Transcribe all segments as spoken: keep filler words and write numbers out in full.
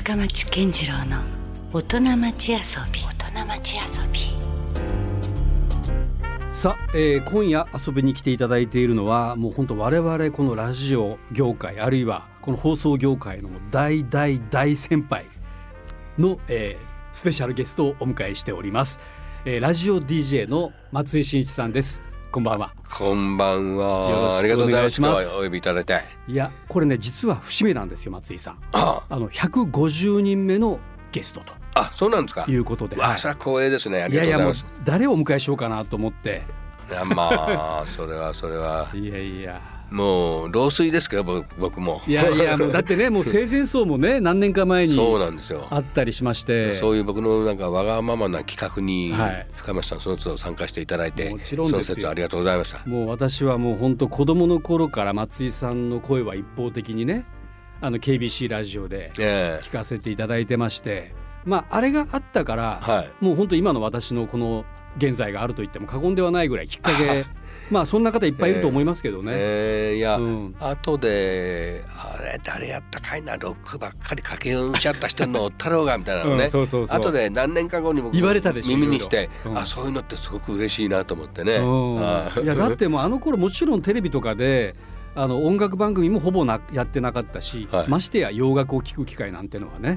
深町健次郎の大人町遊び大人町遊び。 さあ、えー、今夜遊びに来ていただいているのはもう本当我々このラジオ業界あるいはこの放送業界の大大大先輩の、えー、スペシャルゲストをお迎えしております、えー、ラジオ ディージェー の松井真一さんです。こんばんは。 こんばんは。 よろしくお願いします。 お呼びいただいて。 いやこれね実は節目なんですよ松井さん。 ああのひゃくごじゅうにんめのゲストとあそうなんですか。 いうことで、 わあそれは光栄ですね。ありがとうございます。 いやいやもう誰をお迎えしようかなと思って。 いやまあそれはそれはいやいやもう老衰ですけど僕もいやいやもうだってねもう生前葬もね何年か前にそうなんですよあったりしまして、 そういう僕のなんかわがままな企画に、 はい、 深町さんその都度参加していただいて、 もちろんですよ。 その説ありがとうございました。 もう私はもう本当子供の頃から松井さんの声は一方的にねあの ケービーシー ラジオで聞かせていただいてまして、えー、まああれがあったから、はい、もう本当今の私のこの現在があると言っても過言ではないぐらいきっかけまあそんな方いっぱいいると思いますけどね、 えーえー、いや、 うん、 後であれ誰やったかいなロックばっかり掛け運しちゃった人の太郎がみたいなのね、うん、そうそうそう後で何年か後に僕言われたでしょ耳にして、 うん、 あそういうのってすごく嬉しいなと思ってね、 うん、いやだってもうあの頃もちろんテレビとかであの音楽番組もほぼなやってなかったし、はい、ましてや洋楽を聴く機会なんてのはね、うん、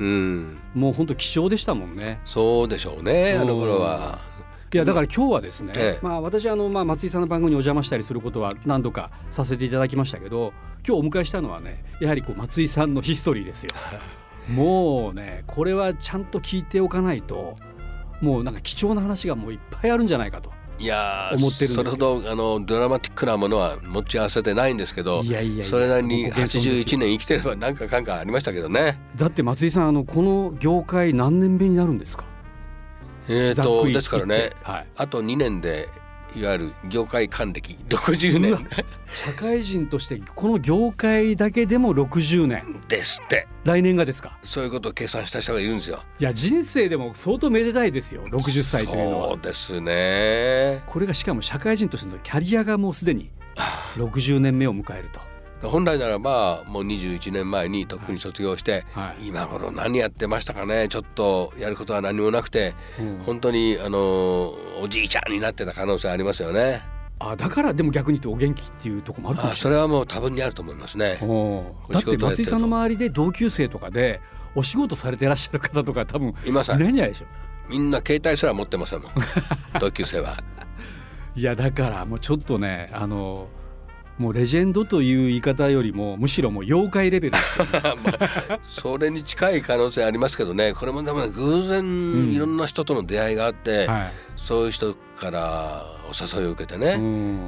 もう本当貴重でしたもんね。 そうでしょうねあの頃は。 いやだから今日はですね、ええまあ、私あの、まあ、松井さんの番組にお邪魔したりすることは何度かさせていただきましたけど今日お迎えしたのはねやはりこう松井さんのヒストリーですよもうねこれはちゃんと聞いておかないともうなんか貴重な話がもういっぱいあるんじゃないかといや思ってるんですよ。 それほどあのドラマティックなものは持ち合わせてないんですけどいやいやいやそれなりにはちじゅういちねん生きてれば何かかんかありましたけどね。 だって松井さんあのこの業界何年目になるんですか。 えーとですからね、はい、あとにねんでいわゆる業界還暦ろくじゅうねん社会人としてこの業界だけでもろくじゅうねんですって。 来年がですか。 そういうことを計算した人がいるんですよ。 いや人生でも相当めでたいですよろくじゅっさいというのは。 そうですね。 これがしかも社会人としてのキャリアがもうすでにろくじゅうねんめを迎えると。 本来ならばもうにじゅういちねんまえにとっくに卒業して、はい、今頃何やってましたかね。ちょっとやることは何もなくて、うん、本当にあのおじいちゃんになってた可能性ありますよね。 あだからでも逆に言うとお元気っていうところもあるかもしれない。 それはもう多分にあると思いますね。 だって松井さんの周りで同級生とかでお仕事されてらっしゃる方とか多分いないんじゃないでしょう。 みんな携帯すら持ってませんもん同級生は。 いやだからもうちょっとねあのもうレジェンドという言い方よりもむしろもう妖怪レベルですよねまあ、それに近い可能性ありますけどね。これもでも、ね、偶然いろんな人との出会いがあって、うんはい、そういう人からお誘いを受けてね、うん、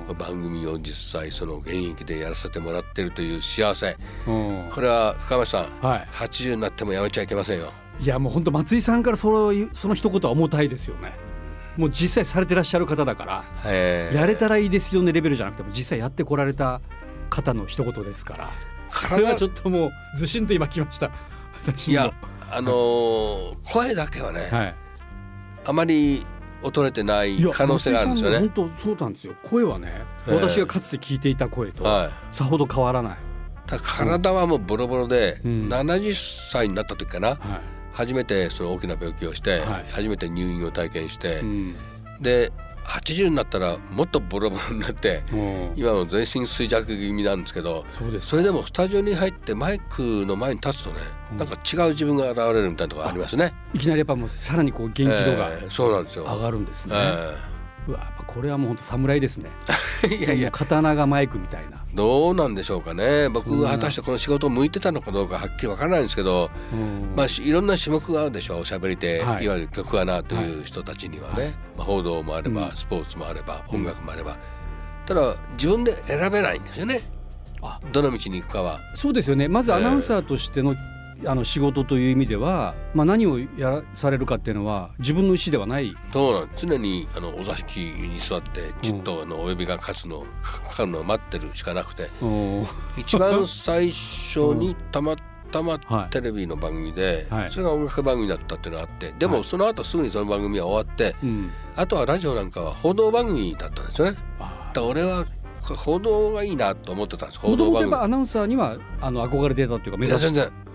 番組を実際その現役でやらせてもらってるという幸せ、うん、これは深町さん、はい、はちじゅうになってもやめちゃいけませんよ。 いやもう本当松井さんからその、その一言は重たいですよね。もう実際されてらっしゃる方だからやれたらいいですよねレベルじゃなくても実際やってこられた方の一言ですからそれはちょっともうずしんと今きました私も。 いやあのー、声だけはね、はい、あまり衰えてない可能性があるんですよね。 本当そうなんですよ。声はね私がかつて聞いていた声とさほど変わらない。 だから体はもうボロボロで、うん、ななじゅっさいになった時かな、はい初めてその大きな病気をして、はい、初めて入院を体験して、うん、ではちじゅうになったらもっとボロボロになって今も全身衰弱気味なんですけど そ, それでもスタジオに入ってマイクの前に立つとね、うん、なんか違う自分が現れるみたいなところありますね。 いきなりやっぱもうさらにこう元気度が、 えー、そうなんですよ上がるんですね、えーうわやっぱこれはもう本当侍ですねいやいや刀がマイクみたいな。 どうなんでしょうかね。僕が果たしてこの仕事を向いてたのかどうかはっきりわからないんですけど、まあ、いろんな種目があるでしょう。おしゃべりで、はい、いわゆる局アナという人たちにはね、はいまあ、報道もあれば、うん、スポーツもあれば音楽もあれば、ただ自分で選べないんですよね。あどの道に行くかは。 そうですよね。まずアナウンサーとしての、えーあの仕事という意味では、まあ、何をやらされるかっていうのは自分の意思ではない。 そうなん常にあのお座敷に座ってじっとあのお呼びが勝つのかかるのを待ってるしかなくて一番最初にたまたまテレビの番組で、はい、それが音楽番組だったっていうのがあってでもその後すぐにその番組は終わって、はい、あとはラジオなんかは報道番組だったんですよね。だから俺は報道がいいなと思ってたんです。報道番組。 もともとアナウンサーにはあの憧れてたというか目指して全然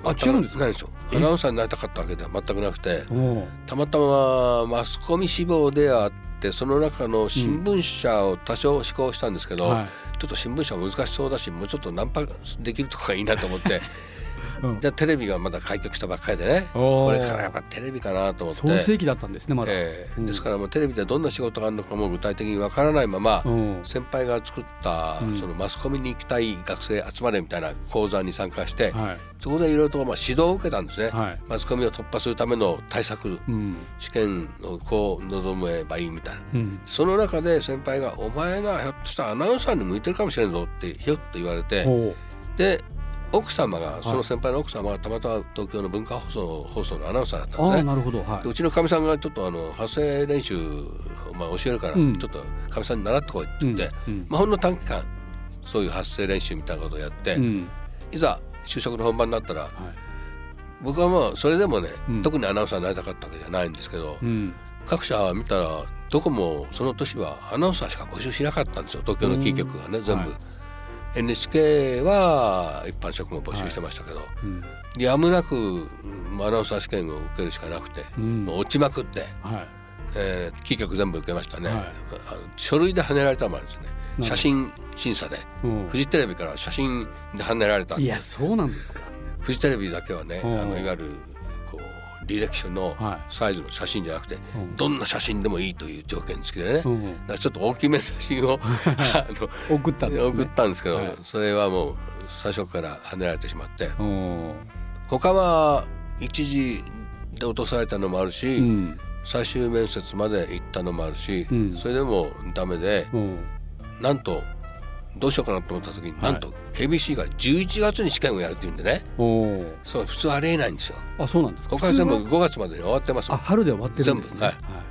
あ、違うんですか。 ないですよ。アナウンサーになりたかったわけでは全くなくて、たまたまマスコミ志望であってその中の新聞社を多少志向したんですけど、うんはい、ちょっと新聞社難しそうだしもうちょっとナンパできるとこがいいなと思ってうん、じゃあテレビがまだ開局したばっかりでね、これからやっぱテレビかなと思って。 創世期だったんですねまだ、 えーうん、ですからもうテレビでどんな仕事があるのかも具体的にわからないまま、うん、先輩が作ったそのマスコミに行きたい学生集まれみたいな講座に参加して、はい、そこでいろいろとまあ指導を受けたんですね、はい、マスコミを突破するための対策、うん、試験をこう臨めばいいみたいな、うん、その中で先輩がお前なひょっとしたらアナウンサーに向いてるかもしれんぞってひょっと言われて、で奥様がその先輩の奥様がたまたま東京の文化放送放送のアナウンサーだったんですね。 あ、なるほど、はい、 でうちのかみさんがちょっとあの発声練習をまあ教えるから、うん、ちょっとかみさんに習ってこいって言って、うんうん、まあ、ほんの短期間そういう発声練習みたいなことをやって、うん、いざ就職の本番になったら、はい、僕はまあそれでもね、うん、特にアナウンサーになりたかったわけじゃないんですけど、うん、各社見たらどこもその年はアナウンサーしか募集しなかったんですよ、東京のキー局がね、全部、はい、エヌエイチケー は一般職も募集してましたけど、はい、うん、やむなくアナウンサー試験を受けるしかなくて、うん、もう落ちまくって、はい、えー、キー局全部受けましたね、はい、あの書類で跳ねられたもあるんですね、写真審査で、うん、フジテレビから写真で跳ねられたんです。 いや、そうなんですか。 フジテレビだけはね、あのいわゆるこう履歴書のサイズの写真じゃなくて、はい、どんな写真でもいいという条件付きでね、うん、だからちょっと大きめの写真をあの送ったんですね。 送ったんですけど、はい、それはもう最初から跳ねられてしまって、他は一時で落とされたのもあるし、うん、最終面接まで行ったのもあるし、うん、それでもダメで、うん、なんとどうしようかなと思った時に、はい、なんと ケービーシー がじゅういちがつに試験をやるっていうんでね、そう普通ありえないんですよ。 あ、そうなんですか。 他は全部ごがつまでに終わってます。 あ、春で終わってるんですね。全部、はい、 はい、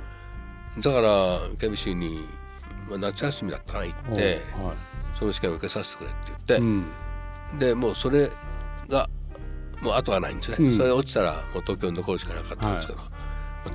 だから ケービーシー に、まあ、夏休みだったから行って、はい、その試験を受けさせてくれって言って、うん、でもうそれがもう後がないんですね、うん、それ落ちたらもう東京に残るしかなかったんですけど、はい、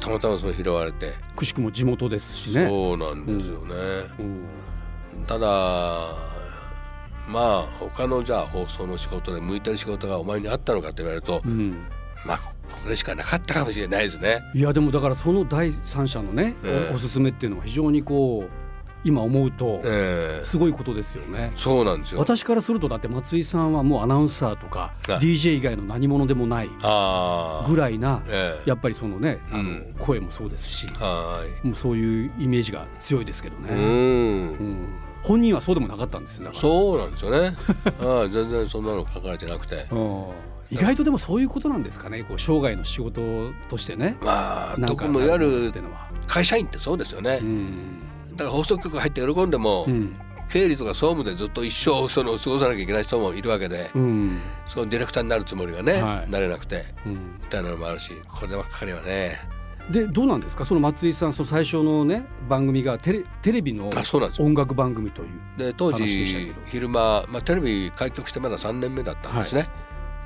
たまたまそれ拾われて、 くしくも地元ですしね。 そうなんですよね、うんうん、ただまあ他のじゃあ放送の仕事で向いてる仕事がお前にあったのかと言われると、うん、まあこれしかなかったかもしれないですね。 いやでもだからその第三者のね、えー、おすすめっていうのは非常にこう今思うとすごいことですよね、 えー、そうなんですよ。 私からするとだって松井さんはもうアナウンサーとか ディージェー 以外の何者でもないぐらいな、えー、やっぱりそのね、あの、うん、声もそうですし、はい、もうそういうイメージが強いですけどね。うん、うん、本人はそうでもなかったんですよ。 そうなんですよねああ全然そんなの考えてなくて意外とでもそういうことなんですかね、こう生涯の仕事としてね。 まあどこもいわゆる会社員ってそうですよね、うん、だから放送局入って喜んでも、うん、経理とか総務でずっと一生その過ごさなきゃいけない人もいるわけで、うん、そのディレクターになるつもりがね、はい、なれなくて、うん、みたいなのもあるし、こればっかりはね。 でどうなんですか、その松井さん、その最初のね番組がテレ、テレビの音楽番組というで当時昼間、まあ、テレビ開局してまださんねんめだったんですね、はい、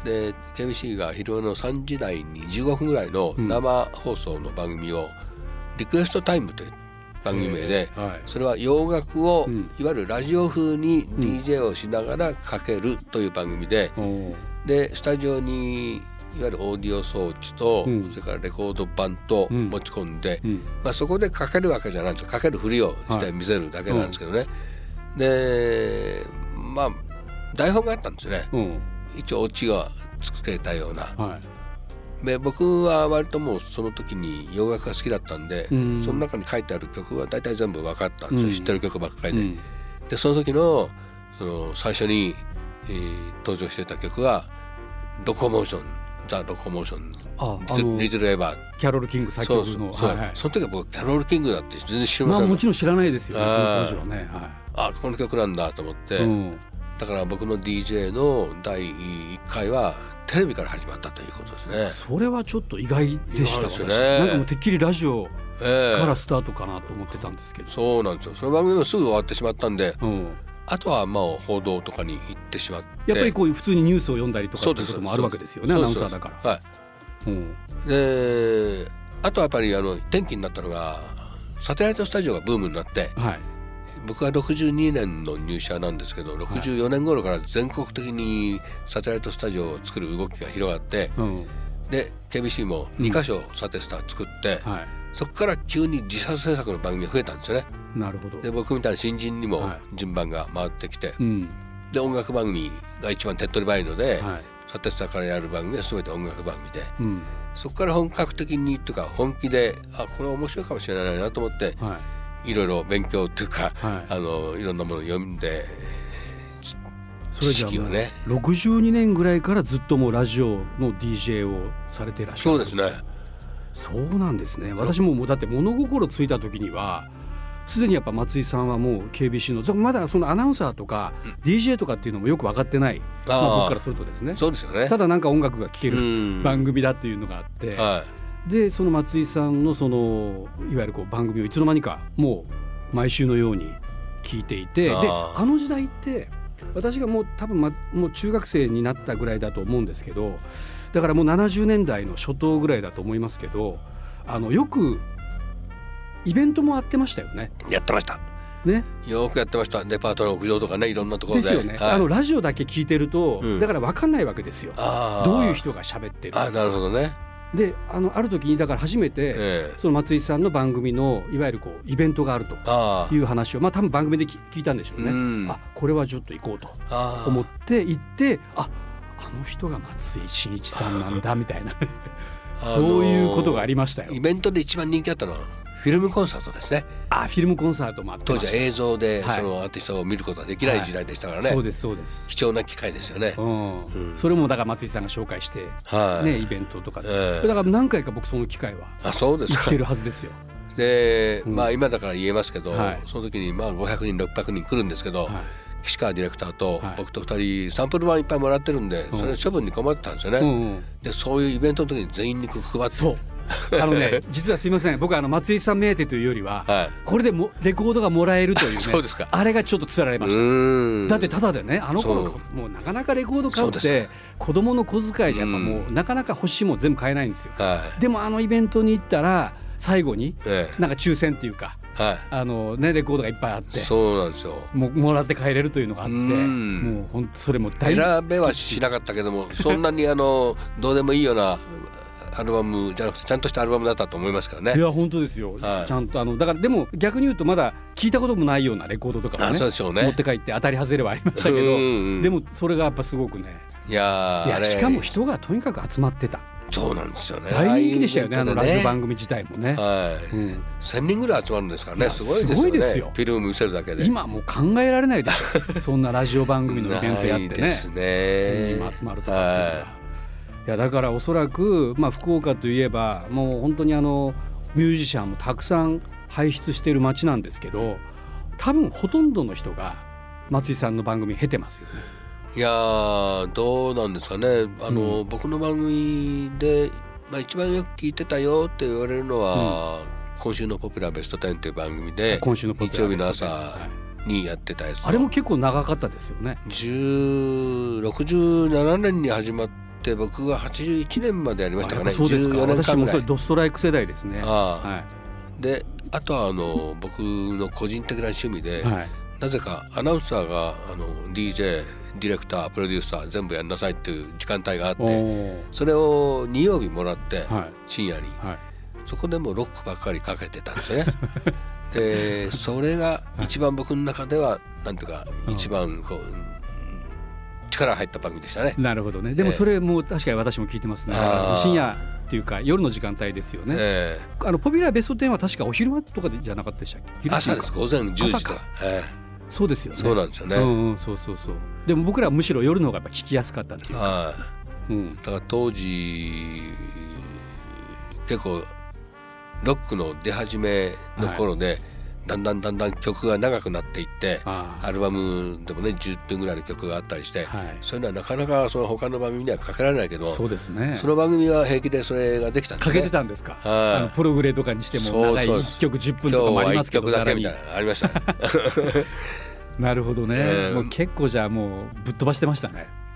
で ケービーシー が昼間のさんじ台にじゅうごふんぐらいの生放送の番組を、うん、リクエストタイムという番組名で、はい、それは洋楽を、うん、いわゆるラジオ風に ディージェー をしながらかけるという番組で、うん、でスタジオにいわゆるオーディオ装置と、うん、それからレコード盤と持ち込んで、うん、まあ、そこでかけるわけじゃないんですよ。かけるふりをして見せるだけなんですけどね、はい、うん、でまあ台本があったんですよね、うん、一応オチがつけたような、はい、で僕は割ともうその時に洋楽が好きだったんで、うん、その中に書いてある曲は大体全部分かったんですよ、うん、知ってる曲ばっかりで、うん、でその時の、その最初に、えー、登場してた曲はロコモーションザ・ロコモーション、ああリトル・エヴァー、 キャロル・キング作曲の。そうそうそう、はいはい、 その時は僕キャロル・キングだって全然知りません、 まあ、もちろん知らないですよね、その当時はね、はい、 あこの曲なんだと思って、うん、だから僕の ディージェー のだいいっかいはテレビから始まったということですね。 それはちょっと意外でしたですよね。なんかもうてっきりラジオからスタートかなと思ってたんですけど、 えー、そうなんですよ。その番組もすぐ終わってしまったんで、うん、あとはまあ報道とかに行ってしまって、 やっぱりこういう普通にニュースを読んだりとかっていうこともあるわけですよね、アナウンサーだから。はい、 うん、であとはやっぱりあの転機になったのがサテライトスタジオがブームになって、はい、 僕はろくじゅうにねんの入社なんですけどろくじゅうよねん頃から全国的にサテライトスタジオを作る動きが広がって、うん、で ケービーシー もにかしょサテスタ作って、うんはい、そこから急に自社制作の番組が増えたんですよね。 なるほど。 で僕みたいな新人にも順番が回ってきて、はいうん、で音楽番組が一番手っ取り早いので、はい、サテスタからやる番組は全て音楽番組で、うん、そこから本格的にというか本気であこれ面白いかもしれないなと思って、はいいろいろ勉強というか、はい、あのいろんなものを読んでそれじゃあもうろくじゅうにねんぐらいからずっともうラジオの ディージェー をされていらっしゃるんですか。 そうですね。 そうなんですね。私ももうだって物心ついた時にはすでにやっぱ松井さんはもう ケービーシー のまだそのアナウンサーとか ディージェー とかっていうのもよく分かってない、まあ、僕からするとですね。 そうですよね。 ただなんか音楽が聴ける番組だっていうのがあって、はい、でその松井さんのそのいわゆるこう番組をいつの間にかもう毎週のように聞いていて、であの時代って私がもう多分、ま、もう中学生になったぐらいだと思うんですけど、だからもうななじゅうねんだいの初頭ぐらいだと思いますけど、あのよくイベントもやってましたよね。 やってましたね、 よくやってました。デパートの屋上とかね、いろんなところでですよね、はい、あのラジオだけ聞いてると、うん、だから分かんないわけですよ。どういう人が喋ってるあなるほどね。 で あ, のある時にだから初めて、えー、その松井さんの番組のいわゆるこうイベントがあるという話をまあ多分番組で聞いたんでしょうね。うん、あこれはちょっと行こうと思って行って、ああの人が松井真一さんなんだみたいなそういうことがありましたよ。 イベントで一番人気あったのはフィルムコンサートですね。 あフィルムコンサートもあってました。 当時は映像でそのアーティストを見ることができない時代でしたからね、 はい、そうですそうです。 貴重な機会ですよね、うんうん、それもだから松井さんが紹介して、はいね、イベントとかで、えー、だから何回か僕その機会は行ってるはずですよ。 で、まあ、今だから言えますけど、はい、その時にまあごひゃくにんろっぴゃくにん来るんですけど、はい、岸川ディレクターと僕とふたりサンプル版いっぱいもらってるんで、それ処分に困ってたんですよね、うんうん、でそういうイベントの時に全員に配ってそうあのね実はすいません、僕はあの松井さん目当てというよりは、はい、これでもレコードがもらえるというねそうですか。 あれがちょっとつられました。だってただでね、あの頃もうなかなかレコード買うって子供の小遣いじゃやっぱもうなかなか欲しいもん全部買えないんですよ、はい、でもあのイベントに行ったら最後になんか抽選っていうか、はい、あのね、レコードがいっぱいあって、 そうなんですよ、 もうもらって帰れるというのがあって、もう本当それも大好き。 選べはしなかったけどもそんなにあのどうでもいいようなアルバムじゃなくてちゃんとしたアルバムだったと思いますからね。 いや本当ですよ、はい、ちゃんとあのだからでも逆に言うとまだ聞いたこともないようなレコードとかも ね, そうでしょうね、 持って帰って当たり外れはありましたけど、うんうん、でもそれがやっぱすごくね、いやいやしかも人がとにかく集まってた。 そうなんですよね。 大人気でしたよね、あのラジオ番組自体もね、 はいうん、せんにんぐらい集まるんですからね。すごいですよね。すごいですよ。フィルム見せるだけで今もう考えられないでしょそんなラジオ番組のイベントやってねですねせんにんも集まるとかっていうのは、はい、いやだからおそらく、まあ、福岡といえばもう本当にあのミュージシャンもたくさん輩出している街なんですけど、多分ほとんどの人が松井さんの番組経てますよね。 いやどうなんですかね。あの、うん、僕の番組で、まあ、一番よく聞いてたよって言われるのは、うん、今週のポピュラーベストテンという番組で今週のポピュラーベストテン日曜日の朝にやってたやつ、 あれも結構長かったですよね。 ろくじゅうななねんに始まって僕がはちじゅういちねんまでやりましたかね。 そうですか。私もそれドストライク世代ですね。あ、 はい、であとはあの僕の個人的な趣味で、はい、なぜかアナウンサーがあの ディージェーディレクタープロデューサー全部やんなさいっていう時間帯があって、それをに曜日もらって、はい、深夜に、はい、そこでもロックばっかりかけてたんですよねでそれが一番僕の中ではなんていうか一番こう力入った番組でしたね。 なるほどね。でもそれも確かに私も聞いてますね。深夜っていうか夜の時間帯ですよね、えー、あのポピュラーベストテンは確かお昼間とかじゃなかったでしたっけ。 朝です。午前じゅうじとか、えーそうですよね。 そうなんですよね、 うんうん、そうそうそう。でも僕らはむしろ夜の方がやっぱ聞きやすかったっていうか、はい、うん、 だから当時結構ロックの出始めの頃で、はい、だんだんだんだん曲が長くなっていって、アルバムでもねじゅっぷんぐらいの曲があったりして、はい、そういうのはなかなかその他の番組にはかけられないけど、 そうですね、 その番組は平気でそれができたんですね。 かけてたんですか。あのプログレとかにしても長いいっきょくじゅっぷんとかもありますけど、 今日はいっきょくだけみたいなのありましたねなるほどね、えー、もう結構じゃあもうぶっ飛ばしてましたね。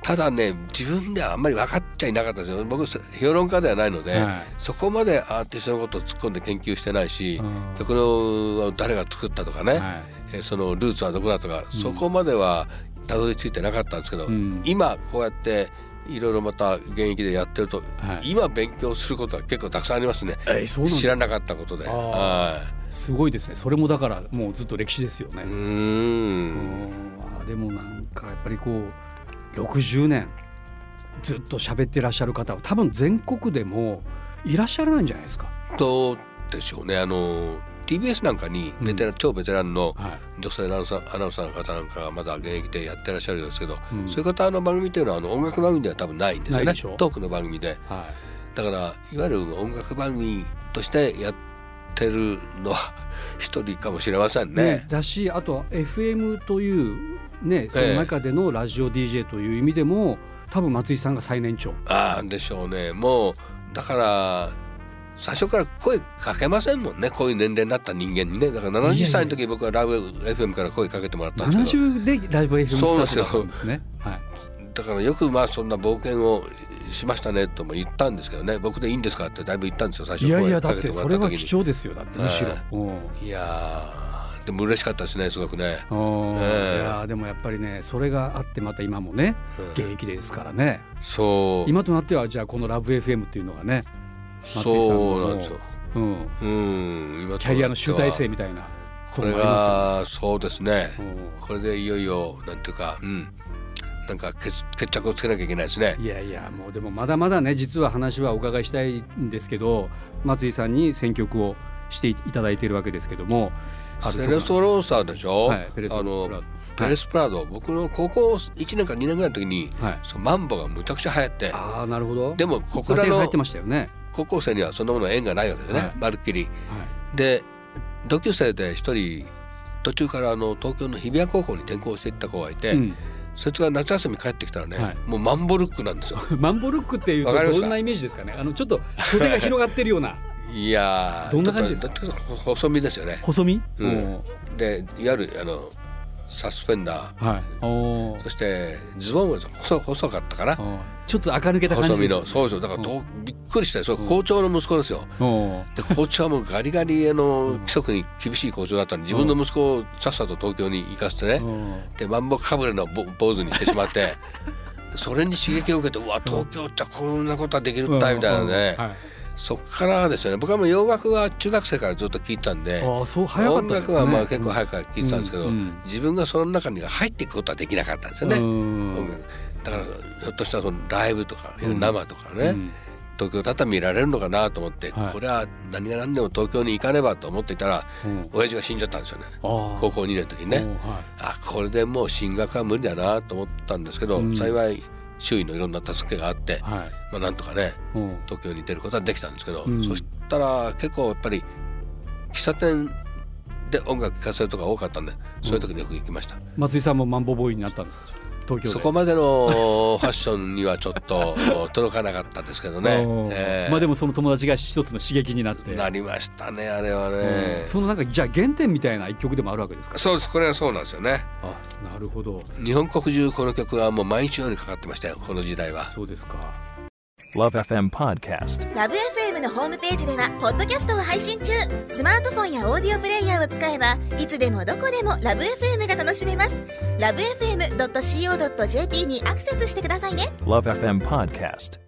ただね自分ではあんまり分かっちゃいなかったですよ。僕評論家ではないので、はい、そこまでアーティストのことを突っ込んで研究してないし、曲の誰が作ったとかね、はい、そのルーツはどこだとか、うん、そこまではたどり着いてなかったんですけど、うん、今こうやっていろいろまた現役でやってると、はい、今勉強することは結構たくさんありますね、 えー、そうなんですか。 知らなかったことで、はい、すごいですね。それもだからもうずっと歴史ですよね。うーんあでもなんかやっぱりこうろくじゅうねんずっと喋ってらっしゃる方は多分全国でもいらっしゃらないんじゃないですか。 どうでしょうね。あの ティービーエス なんかにベテラン、うん、超ベテランの女性アナウンサー、アナウンサーの方なんかがまだ現役でやってらっしゃるんですけど、うん、そういう方の番組というのはあの音楽番組では多分ないんですよね。トークの番組で、はい、だからいわゆる音楽番組としてやってるのは一人かもしれませんね。ねだしあと エフエム というねその中でのラジオ ディージェー という意味でも、えー、多分松井さんが最年長あでしょうね。もうだから最初から声かけませんもんね。こういう年齢になった人間にね。だからななじゅっさいの時僕はラブ エフエム から声かけてもらったんですけど、 ななじゅうでラブ エフエム スタートだったんですね。はい、 だからよくまあそんな冒険をしましたねとも言ったんですけどね。僕でいいんですかってだいぶ言ったんですよ最初。 いやいやだってそれは貴重ですよ。だってむしろ、 はい、いやでも嬉しかったですねすごくね、 えー、いやでもやっぱりねそれがあってまた今もね、うん、現役ですからね。 そう今となってはじゃあこのラブ エフエム っていうのがね松井さんのそうなんですよ、 うんうん、今キャリアの集大成みたいなこれがそうですね。これでいよいよなんていうか、うん、なんか 決, 決着をつけなきゃいけないですね。 いやいやもうでもまだまだね実は話はお伺いしたいんですけど、松井さんに選曲をしていただいているわけですけども、 セレストローサーでしょ、はい、ペレスあのペレスプラード、はい、僕の高校いちねんかにねんぐらいの時に、はい、そのマンボがむちゃくちゃ流行って、 あなるほど。 でも小倉の流行ってましたよね。 高校生にはそんなものは縁がないわけですね、はい、まるっきり、はい、で同級生で一人途中からあの東京の日比谷高校に転校していった子がいて、うん、そいつが夏休み帰ってきたらね、はい、もうマンボルックなんですよマンボルックっていうとどんなイメージですかね。あのちょっと袖が広がってるようないやどんな感じですか。 細身ですよね。 細身、 うん、でいわゆるあのサスペンダー、はい、おそしてズボンも 細, 細かったかな。 ちょっと垢抜けた感じですよね。 そうそうだからとびっくりしたよ。それ校長の息子ですよ。で校長はもうガリガリあの規則に厳しい校長だったんで、自分の息子をさっさと東京に行かせてね、でマンボかぶれの坊主にしてしまってそれに刺激を受けて、うわ東京ってこんなことはできるったいみたいなね、はい、そっからですよね。僕はもう洋楽は中学生からずっと聴いてたんで、 あそう早かったですね。 音楽はまあ結構早くから聴いてたんですけど、うんうん、自分がその中に入っていくことはできなかったんですよね。音楽だからひょっとしたらそのライブとか生とかね、うん、東京だったら見られるのかなと思って、はい、これは何が何でも東京に行かねばと思っていたら、うん、親父が死んじゃったんですよね。高校にねんの時にね、はい、あこれでもう進学は無理だなと思ったんですけど、うん、幸い周囲のいろんな助けがあって、はい、まあ、なんとかね、うん、東京に出ることはできたんですけど、うん、そしたら結構やっぱり喫茶店で音楽聴かせるとか多かったんで、そういう時によく行きました、うん、 松井さんもマンボボーイになったんですか東京で。 そこまでのファッションにはちょっと届かなかったですけどね、 えー、まあでもその友達が一つの刺激になってなりましたねあれはね、 うん、そのなんかじゃあ原点みたいな一曲でもあるわけですか。 そうです、これはそうなんですよね。 あなるほど。 日本国中この曲はもう毎日のようにかかってましたよこの時代は。 そうですか。 ラブ エフエム Podcast。 ラブ エフエム のホームページではポッドキャストを配信中。スマートフォンやオーディオプレイヤーを使えばいつでもどこでもラブ エフエム が楽しめます。ラブ エフエムドットシーオードットジェーピー にアクセスしてくださいね。 ラブ エフエム Podcast。